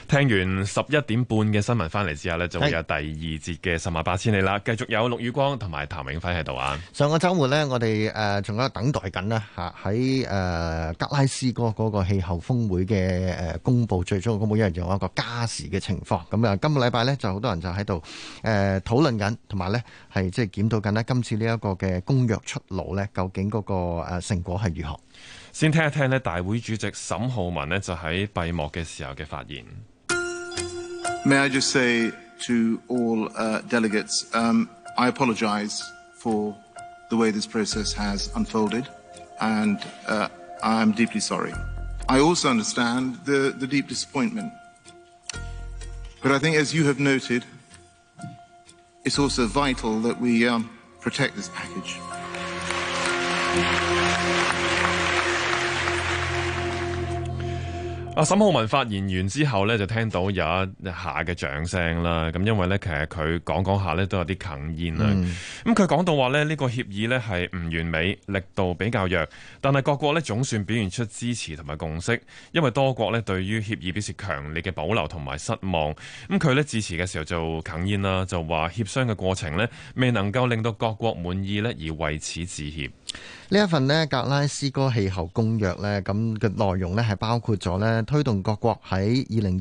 聽完11點半嘅新聞翻嚟之後呢，就會有第二節嘅十萬八千里啦。繼續有陸宇光同埋譚永輝喺度啊。 上個週末呢，我哋仲有等待緊啦嚇，喺格拉斯哥嗰個氣候峰會嘅公佈，最終公佈一樣仲有一個加時嘅情況。咁啊，今個禮拜呢，就好多人就喺度討論緊，同埋呢係即係檢討緊呢今次呢一個嘅公約出爐呢，究竟嗰個成果係如何？ 先聽一聽呢大會主席沈浩文呢，就喺閉幕嘅時候嘅發言。 May I just say to all delegates, I apologize for the way this process has unfolded, and I'm deeply sorry. I also understand the deep disappointment. But I think, as you have noted, it's also vital that we protect this package. 沈浩文發言完之後呢，就聽到有一下嘅掌聲啦。咁因為呢，其實佢講下呢都有啲哽咽啦。咁佢講到話呢，呢個協議呢係唔完美，力度比較弱，但係各國呢總算表現出支持同埋共識。因為多國呢對於協議表示強烈嘅保留同埋失望。咁佢呢致辭嘅時候就哽咽啦，就話協商嘅過程呢未能夠令到各國滿意呢，而為此致歉。 呢一份呢格拉斯哥氣候公約呢，咁嘅內容呢係包括咗呢推動各國喺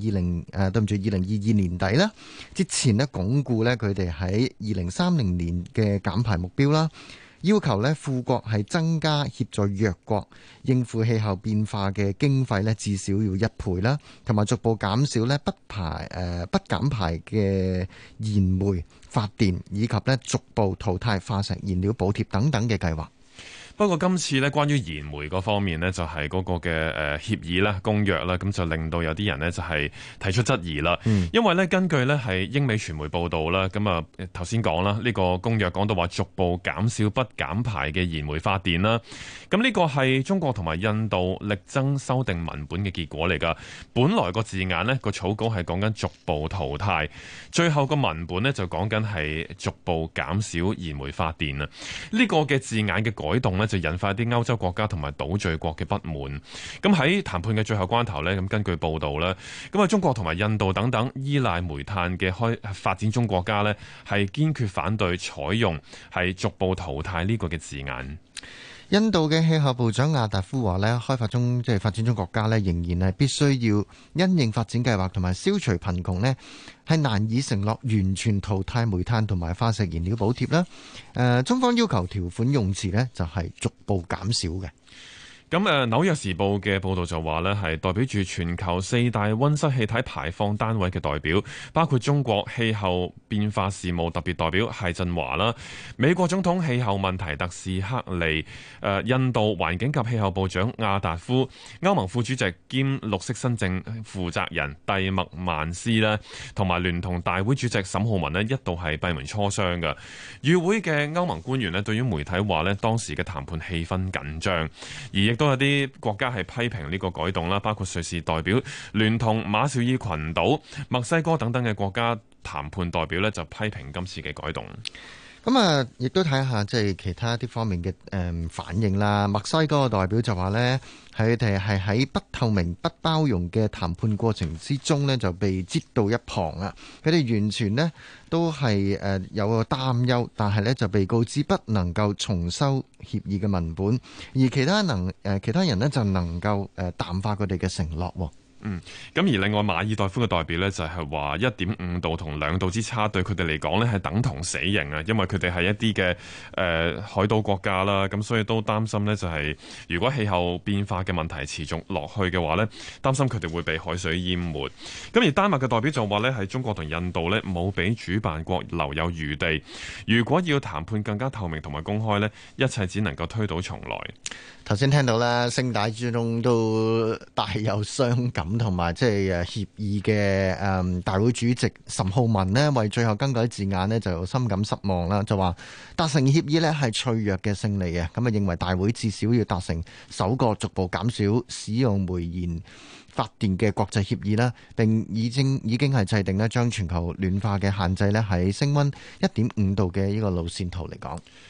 2022年底啦之前呢鞏固呢佢哋喺2030年嘅減排目標啦，要求呢富國係增加協助弱國應付氣候變化嘅經費呢至少要1倍啦，同埋逐步減少呢不減排嘅燃煤發電，以及呢逐步淘汰化石燃料補貼等等嘅計劃。 不過今次咧，關於燃煤嗰方面呢，就係嗰個嘅協議啦、公約啦，咁就令到有啲人呢，就係提出質疑啦。因為呢，根據呢係英美傳媒報道啦，咁啊頭先講啦，呢個公約講到話逐步減少不減排嘅燃煤發電啦。咁呢個係中國同埋印度力爭修訂文本嘅結果嚟㗎。本來個字眼呢，個草稿係講緊逐步淘汰，最後個文本呢，就講緊係逐步減少燃煤發電啊。呢個嘅字眼嘅改動呢，就引發一啲歐洲國家同埋島嶼國嘅不滿。咁喺談判嘅最後關頭呢，咁根據報道呢，咁啊中國同埋印度等等依賴煤炭嘅發展中國家呢，係堅決反對採用係逐步淘汰呢個嘅字眼。 印度嘅氣候部長亞達夫話呢，開發中即係發展中國家呢，仍然係必須要因應發展計劃同埋消除貧窮呢，係難以承諾完全淘汰煤炭同埋化石燃料補貼啦。中方要求條款用詞呢，就係逐步減少嘅。 咁紐約時報嘅報導就話呢，係代表住全球4大溫室氣體排放單位嘅代表，包括中國氣候變化事務特別代表謝振華啦，美國總統氣候問題特使克利，印度環境及氣候部長亞達夫，歐盟副主席兼綠色新政負責人蒂默曼斯啦，同埋聯同大會主席沈浩文呢，一度係閉門磋商嘅。與會嘅歐盟官員呢，對於媒體話呢，當時嘅談判氣氛緊張，而亦都有啲國家係批評呢個改動啦，包括瑞士代表聯同馬紹爾群島、墨西哥等等嘅國家談判代表呢，就批評今次嘅改動。 咁啊，亦都睇下即係其他啲方面嘅反應啦。墨西哥嘅代表就話呢，佢哋係喺不透明、不包容嘅談判過程之中呢，就被擠到一旁啊！佢哋完全呢都係有個擔憂，但係呢就被告知不能夠重修協議嘅文本，而其他人呢就能夠淡化佢哋嘅承諾。 咁而另外馬爾代夫嘅代表呢，就係話1.5度同2度之差對佢哋嚟講呢係等同死刑啊，因為佢哋係一啲嘅海島國家啦，咁所以都擔心呢，就係如果氣候變化嘅問題持續落去嘅話呢，擔心佢哋會被海水淹沒。咁而丹麥嘅代表就話呢，係中國同印度呢冇俾主辦國留有餘地，如果要談判更加透明同埋公開呢，一切只能夠推倒重來。 頭先聽到咧，聲帶之中都大有傷感，同埋即係協議嘅大會主席岑浩文呢，為最後更改字眼呢就深感失望啦，就話達成協議呢係脆弱嘅勝利啊！咁啊，認為大會至少要達成首個逐步減少使用煤燃發電嘅國際協議啦，並已經係制定呢將全球暖化嘅限制呢喺升溫1.5度嘅呢個路線圖嚟講。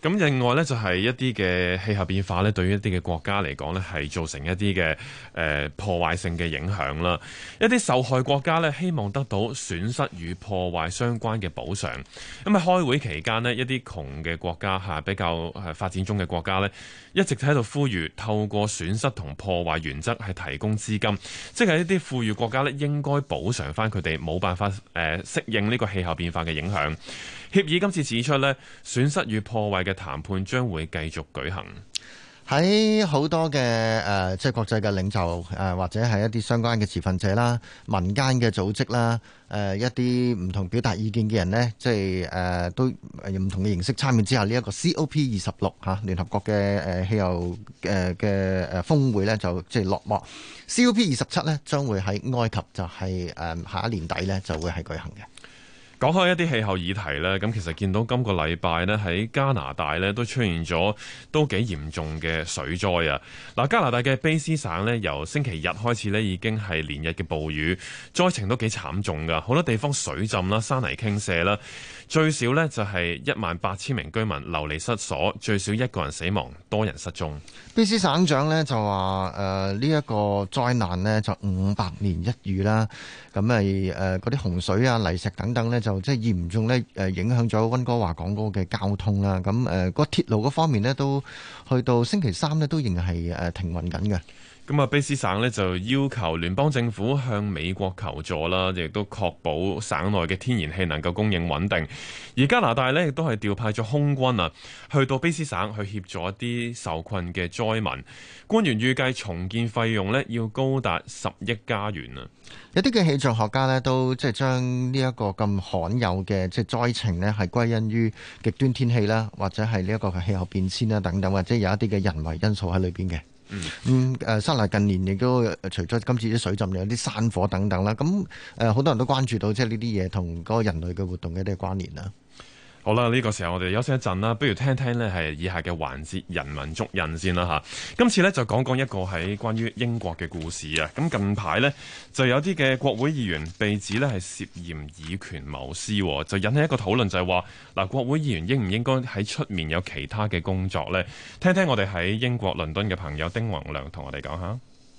咁另外呢，就係一啲嘅氣候變化呢，對於一啲嘅國家嚟講呢，係造成一啲嘅破壞性嘅影響啦。一啲受害國家呢，希望得到損失與破壞相關嘅補償。咁喺開會期間呢，一啲窮嘅國家比較發展中嘅國家呢，一直喺度呼籲透過損失同破壞原則係提供資金，即係一啲富裕國家呢，應該補償翻佢哋冇辦法適應呢個氣候變化嘅影響。協議今次指出呢，損失與破壞嘅談判將會繼續舉行。 喺好多嘅即係國際嘅領袖或者係一啲相關嘅持份者啦、民間嘅組織啦、一啲唔同表達意見嘅人呢，即係都唔同嘅形式參與之下，呢一個 COP26 聯合國嘅氣候嘅峰會呢，就即係落幕。COP27 呢，將會喺埃及就係下一年底呢，就會係舉行嘅。 講開一啲氣候議題呢，咁其實見到今個禮拜呢，喺加拿大呢都出現咗都幾嚴重嘅水災啊！嗱，加拿大嘅卑斯省呢，由星期日開始呢已經係連日嘅暴雨，災情都幾慘重㗎，好多地方水浸啦、山泥傾瀉啦，最少呢就係18000名居民流離失所，最少1個人死亡，多人失蹤。 卑斯省長呢就話呢一個災難呢就500年一遇啦，咁嗰啲洪水啊、泥石等等呢，就即係嚴重咧影響咗溫哥華港嗰個嘅交通啦。咁個鐵路嗰方面呢，都去到星期三呢，都仍然係停運緊嘅。 咁啊，卑斯省呢就要求聯邦政府向美國求助啦，亦都確保省內嘅天然氣能夠供應穩定。而加拿大呢，亦都係調派咗空軍啊，去到卑斯省去協助一啲受困嘅災民。官員預計重建費用呢要高達10億加元啊！ 有啲嘅氣象學家呢，都即係將呢一個咁罕有嘅即係災情呢，係歸因於極端天氣啦，或者係呢一個氣候變遷啦等等，或者有一啲嘅人為因素喺裏邊嘅。沙拿近年亦都除咗今次啲水浸，有啲山火等等啦。咁好多人都關注到即係呢啲嘢同嗰個人類嘅活動嘅一啲關聯啦。 好啦，呢個時候我哋休息一陣啦，不如聽聽呢係以下嘅環節人文足印先啦嚇。今次呢，就講講一個喺關於英國嘅故事啊。咁近排呢，就有啲嘅國會議員被指呢係涉嫌以權謀私，就引起一個討論，就係話嗱，國會議員應唔應該喺出面有其他嘅工作呢？聽聽我哋喺英國倫敦嘅朋友丁宏量同我哋講下。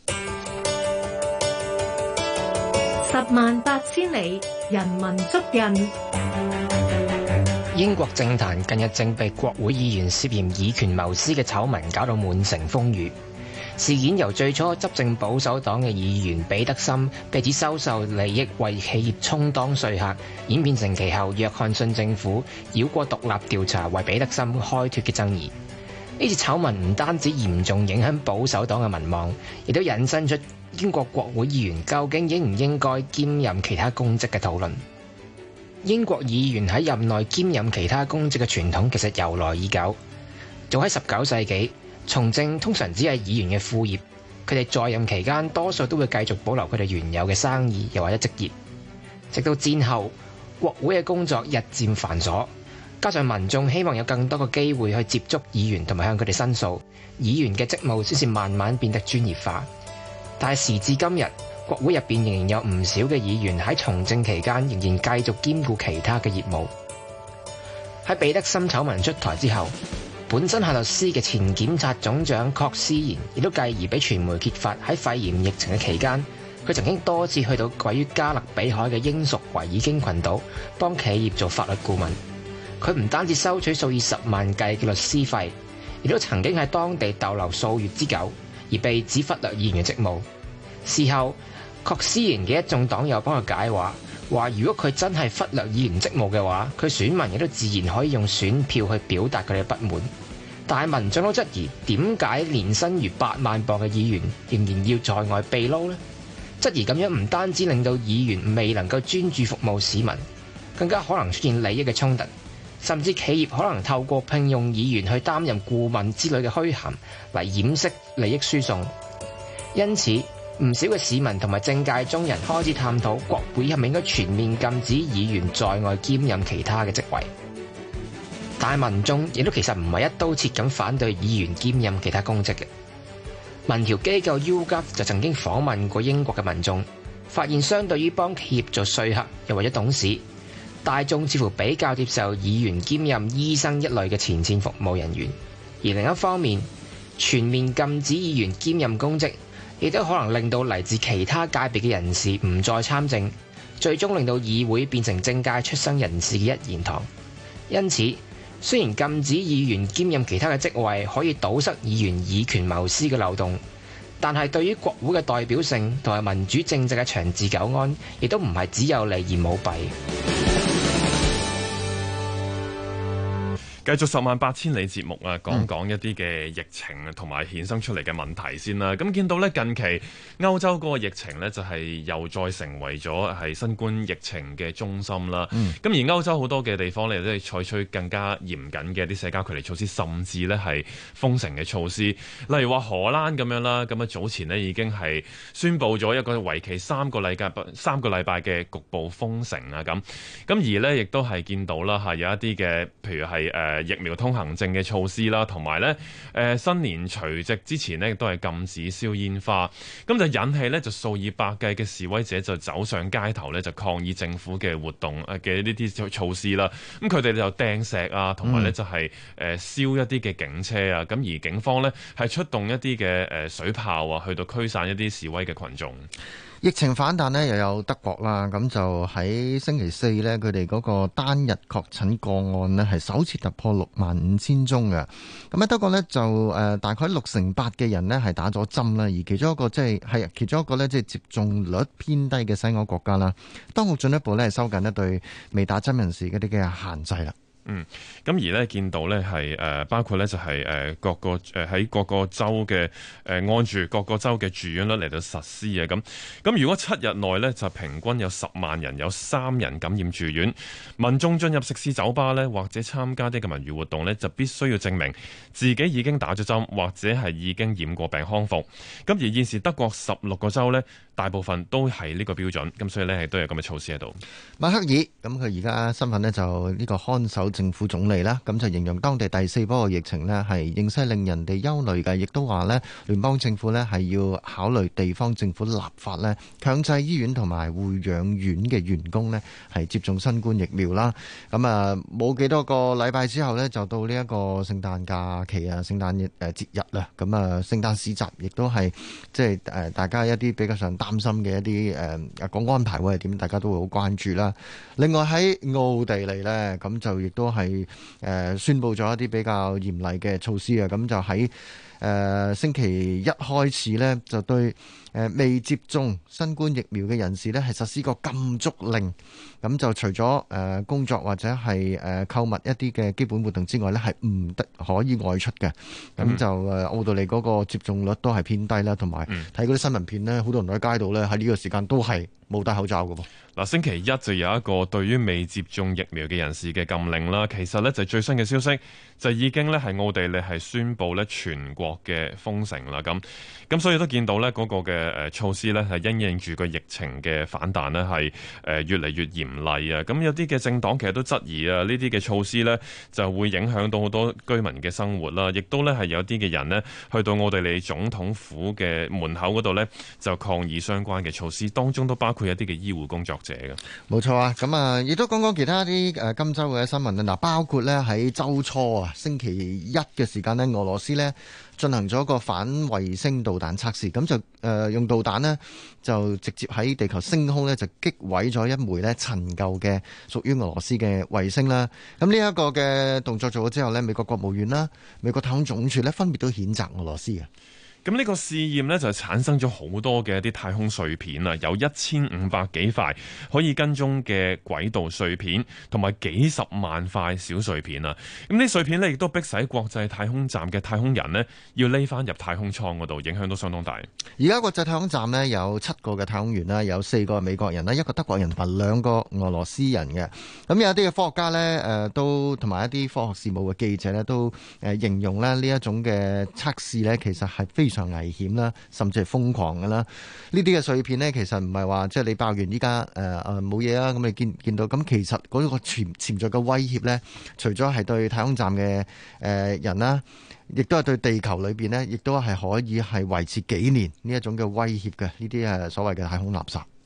108000里，人文足印。 英國政壇近日正被國會議員涉嫌以權謀私嘅醜聞搞到滿城風雨。事件由最初執政保守黨嘅議員彼得森被指收受利益為企業充當說客，演變成其後約翰遜政府繞過獨立調查為彼得森開脫嘅爭議。呢次醜聞唔單止嚴重影響保守黨嘅民望，亦都引申出英國國會議員究竟應唔應該兼任其他公職嘅討論。英國議員喺任內兼任其他公職嘅傳統其實由來已久。早喺19世紀，從政通常只係議員嘅副業，佢哋在任期間多數都會繼續保留佢哋原有嘅生意又或者職業。直到戰後，國會嘅工作日漸繁瑣，加上民眾希望有更多嘅機會去接觸議員同埋向佢哋申訴，議員嘅職務先至慢慢變得專業化。但係時至今日，國會入邊仍然有唔少嘅議員喺從政期間仍然繼續兼顧其他嘅業務。喺彼得森醜聞出台之後，本身係律師嘅前檢察總長確斯賢亦都繼而俾傳媒揭發，喺肺炎疫情嘅期間，佢曾經多次去到位於加勒比海嘅英屬維爾京群島幫企業做法律顧問。佢唔單止收取數以10萬計嘅律師費，亦都曾經喺當地逗留數月之久，而被指忽略議員嘅職務。事後，確斯賢嘅一眾黨友幫佢解話，話如果佢真係忽略議員職務嘅話，佢選民亦都自然可以用選票去表達佢哋嘅不滿。但係民眾都質疑，點解年薪如8萬磅嘅議員仍然要在外秘撈呢？質疑咁樣唔單止令到議員未能夠專注服務市民，更加可能出現利益嘅衝突，甚至企業可能透過聘用議員去擔任顧問之類嘅虛銜嚟掩飾利益輸送。因此，唔少嘅市民同埋政界中人開始探討國會係咪應該全面禁止議員在外兼任其他嘅職位。但係民眾亦都其實唔係一刀切咁反對議員兼任其他公職嘅。民調機構 YouGov 就曾經訪問過英國嘅民眾，發現相對於幫企業做說客又或者董事， 大眾似乎比較接受議員兼任醫生一類嘅前線服務人員，而另一方面，全面禁止議員兼任公職，亦都可能令到嚟自其他界別嘅人士唔再參政，最終令到議會變成政界出身人士嘅一言堂。因此，雖然禁止議員兼任其他嘅職位可以堵塞議員以權謀私嘅漏洞，但係對於國會嘅代表性同埋民主政制嘅長治久安，亦都唔係只有利而冇弊。 繼續10萬8千里節目啊，講講一啲嘅疫情同埋衍生出嚟嘅問題先啦。咁見到呢，近期歐洲嗰個疫情呢，就係又再成為咗係新冠疫情嘅中心啦。咁而歐洲好多嘅地方呢，都係採取更加嚴謹嘅一啲社交距離措施，甚至呢係封城嘅措施。例如話荷蘭咁樣啦，咁啊早前呢已經係宣布咗一個為期3個禮拜嘅局部封城啊咁。咁而呢，亦都係見到啦有一啲嘅，譬如係疫苗通行證嘅措施啦，同埋咧新年除夕之前呢，亦都係禁止燒煙花，咁就引起呢，就數以百計嘅示威者就走上街頭呢，就抗議政府嘅活動嘅呢啲措施啦。咁佢哋就掟石啊，同埋呢就係燒一啲嘅警車啊。咁而警方呢，係出動一啲嘅水炮啊，去到驅散一啲示威嘅群眾。 疫情反彈呢，又有德國啦，咁就喺星期四呢，佢哋嗰個單日確診個案呢，係首次突破65,000宗嘅。咁喺德國呢，就大概68%嘅人呢係打咗針啦，而其中一個其中一個呢，即係接種率偏低嘅西歐國家啦，當局進一步呢係收緊呢對未打針人士嗰啲嘅限制啦。 咁而咧見到咧係包括咧就係各個喺各個州嘅按住各個州嘅住院率嚟到實施啊。咁如果7日內咧就平均有10萬人有3人感染住院，民眾進入食肆、酒吧咧或者參加啲嘅文娛活動咧就必須要證明自己已經打咗針或者係已經染過病康復。咁而現時德國16個州咧大部分都係呢個標準，咁所以咧係都有咁嘅措施喺度。 默克爾咁佢而家身份呢，就呢個看守政府總理啦，咁就形容當地第4波嘅疫情呢係形勢令人哋憂慮嘅，亦都話呢聯邦政府呢係要考慮地方政府立法呢強制醫院同埋護養院嘅員工呢係接種新冠疫苗啦。咁啊冇幾多個禮拜之後呢，就到呢一個聖誕假期啊、聖誕節日啦。咁啊聖誕市集亦都係即係大家一啲比較上擔心嘅一啲講安排會係點，大家都會好關注啦。另外喺奧地利呢，咁就亦都係宣布咗一啲比較嚴厲嘅措施啊。咁就喺星期一開始呢，就對未接種新冠疫苗嘅人士呢係實施個禁足令。咁就除咗工作或者係購物一啲嘅基本活動之外呢，係唔得可以外出嘅。咁就奧地利嗰個接種率都係偏低啦，同埋睇嗰啲新聞片呢，好多人喺街度呢，喺呢個時間都係冇戴口罩㗎噃。 嗱，星期一就有一個對於未接種疫苗嘅人士嘅禁令啦。其實呢，就最新嘅消息就已經呢係奧地利係宣布呢全國嘅封城啦。咁所以都見到呢嗰個嘅措施呢係因應住個疫情嘅反彈呢係越嚟越嚴厲啊。咁有啲嘅政黨其實都質疑啊，呢啲嘅措施呢就會影響到好多居民嘅生活啦。亦都呢係有啲嘅人呢去到奧地利總統府嘅門口嗰度呢就抗議相關嘅措施，當中都包括一啲嘅醫護工作者嘅。 冇錯啊，咁啊，亦都講講其他啲今週嘅新聞啊。嗱，包括呢喺週初啊，星期一嘅時間呢，俄羅斯呢進行咗個反衛星導彈測試，咁就用導彈呢，就直接喺地球升空呢，就擊毀咗一枚呢陳舊嘅屬於俄羅斯嘅衛星啦。咁呢一個嘅動作做咗之後呢，美國國務院啦、美國太空總署呢，分別都譴責俄羅斯嘅。 咁呢個試驗呢，就產生咗好多嘅一啲太空碎片啊，有1500幾塊可以跟蹤嘅軌道碎片，同埋幾十萬塊小碎片啊。咁呢碎片呢，亦都迫使國際太空站嘅太空人呢，要匿翻入太空艙嗰度，影響都相當大。 而家國際太空站呢，有7個嘅太空員啦，有4個美國人啦，1個德國人同埋2個俄羅斯人嘅。咁有啲嘅科學家呢，都同埋一啲科學事務嘅記者呢，都形容呢一種嘅測試呢，其實係非常危險啦，甚至係瘋狂㗎啦。呢啲嘅碎片呢，其實唔係話即係你爆完依家冇嘢啊，咁你見到咁，其實嗰個潛在嘅威脅呢，除咗係對太空站嘅人啦，亦都係對地球裏邊呢，亦都係可以係維持幾年呢一種嘅威脅嘅呢啲所謂嘅太空垃圾。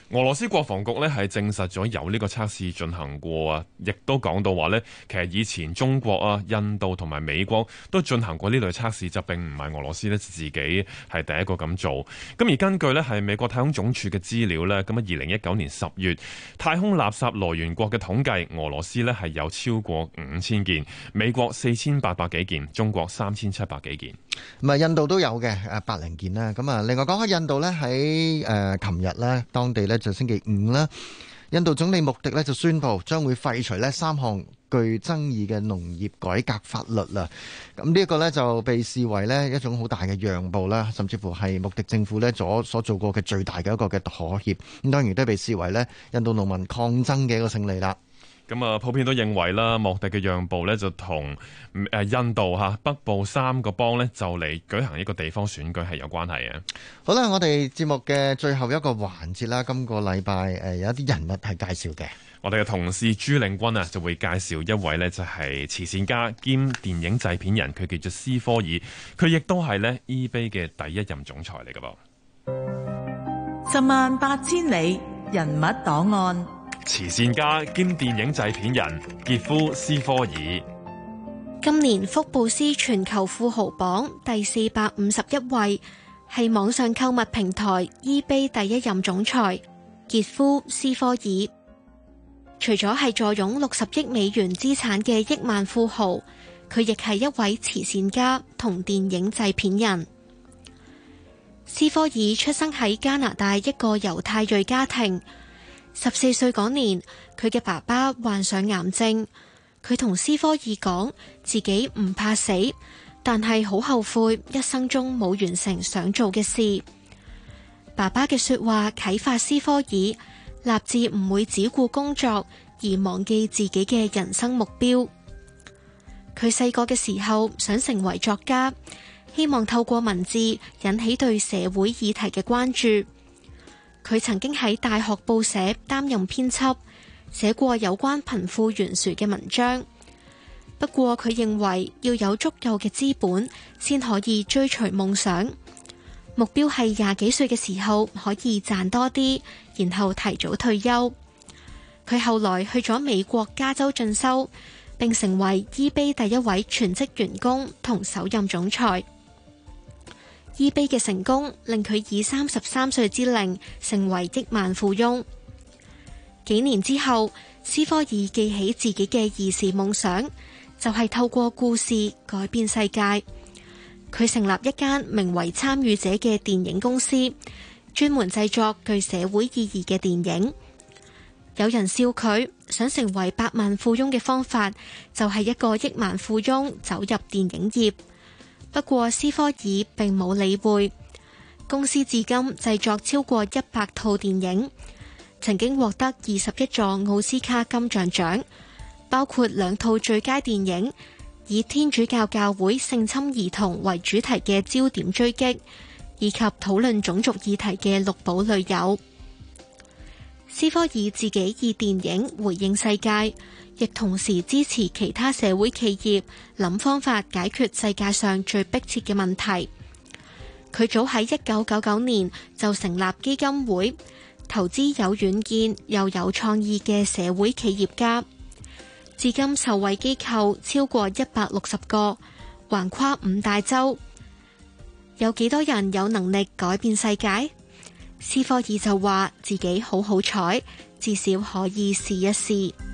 俄羅斯國防局呢係證實咗有呢個測試進行過啊，亦都講到話呢，其實以前中國啊、印度同埋美國都進行過呢類測試，就並唔係俄羅斯呢自己係第一個咁做。咁而根據呢係美國太空總署嘅資料呢，咁啊2019年10月太空垃圾來源國嘅統計，俄羅斯呢係有超過5000件，美國4800幾件，中國3700幾件。 咁啊，印度都有嘅100件啦。咁啊，另外講開印度呢，喺琴日呢，當地呢就星期五啦，印度總理穆迪呢就宣布將會廢除呢3項具爭議嘅農業改革法律啦。咁呢一個呢就被視為呢一種好大嘅讓步啦，甚至乎係穆迪政府呢所做過嘅最大嘅一個嘅妥協。咁當然都被視為呢印度農民抗爭嘅一個勝利啦。 咁啊，普遍都認為啦，莫迪嘅讓步呢就同印度北部3個邦呢就嚟舉行一個地方選舉係有關係嘅。 好啦，我哋節目嘅最後一個環節啦，今個禮拜有一啲人物係介紹嘅。 我哋嘅同事朱令君啊，就會介紹一位呢就係慈善家兼電影製片人，佢叫做斯科爾，佢亦都係呢 eBay 嘅第一任總裁嚟㗎噃。 十萬八千里人物檔案。 慈善家兼電影製片人傑夫斯科爾， 今年福布斯全球富豪榜第451位，係網上購物平台 eBay 第一任總裁傑夫斯科爾。除咗係坐擁60億美元資產嘅億萬富豪，佢亦係一位慈善家同電影製片人。斯科爾出生喺加拿大一個猶太裔家庭。14歲嗰年，佢嘅爸爸患上癌症，佢同斯科爾講自己唔怕死，但係好後悔一生中冇完成想做嘅事。爸爸嘅說話啟發斯科爾，立志唔會只顧工作而忘記自己嘅人生目標。佢細個嘅時候想成為作家，希望透過文字引起對社會議題嘅關注。佢曾經喺大學報社擔任編輯，寫過有關貧富懸殊嘅文章。不過佢認為要有足夠嘅資本先可以追隨夢想，目標係20幾歲嘅時候可以賺多啲，然後提早退休。佢後來去咗美國加州進修，並成為 eBay 第一位全職員工同首任總裁。eBay 嘅成功令佢以33歲之齡成為億萬富翁。幾年之後，斯科爾記起自己嘅兒時夢想，就係透過故事改變世界。佢成立一間名為參與者嘅電影公司，專門製作具社會意義嘅電影。有人笑佢想成為百萬富翁嘅方法，就係一個億萬富翁走入電影業。不過斯科爾並冇理會，公司至今製作超過100套電影，曾經獲得21座奧斯卡金像獎，包括2套最佳電影，以天主教教會性侵兒童為主題嘅焦點追擊，以及討論種族議題嘅綠堡女友。斯科爾自己以電影回應世界，亦同時支持其他社會企業諗方法解決世界上最迫切嘅問題。佢早喺1999年就成立基金會，投資有遠見又有創意嘅社會企業家。至今受惠機構超過160個，橫跨5大洲。有幾多人有能力改變世界？斯科爾就話自己好好彩，至少可以試一試。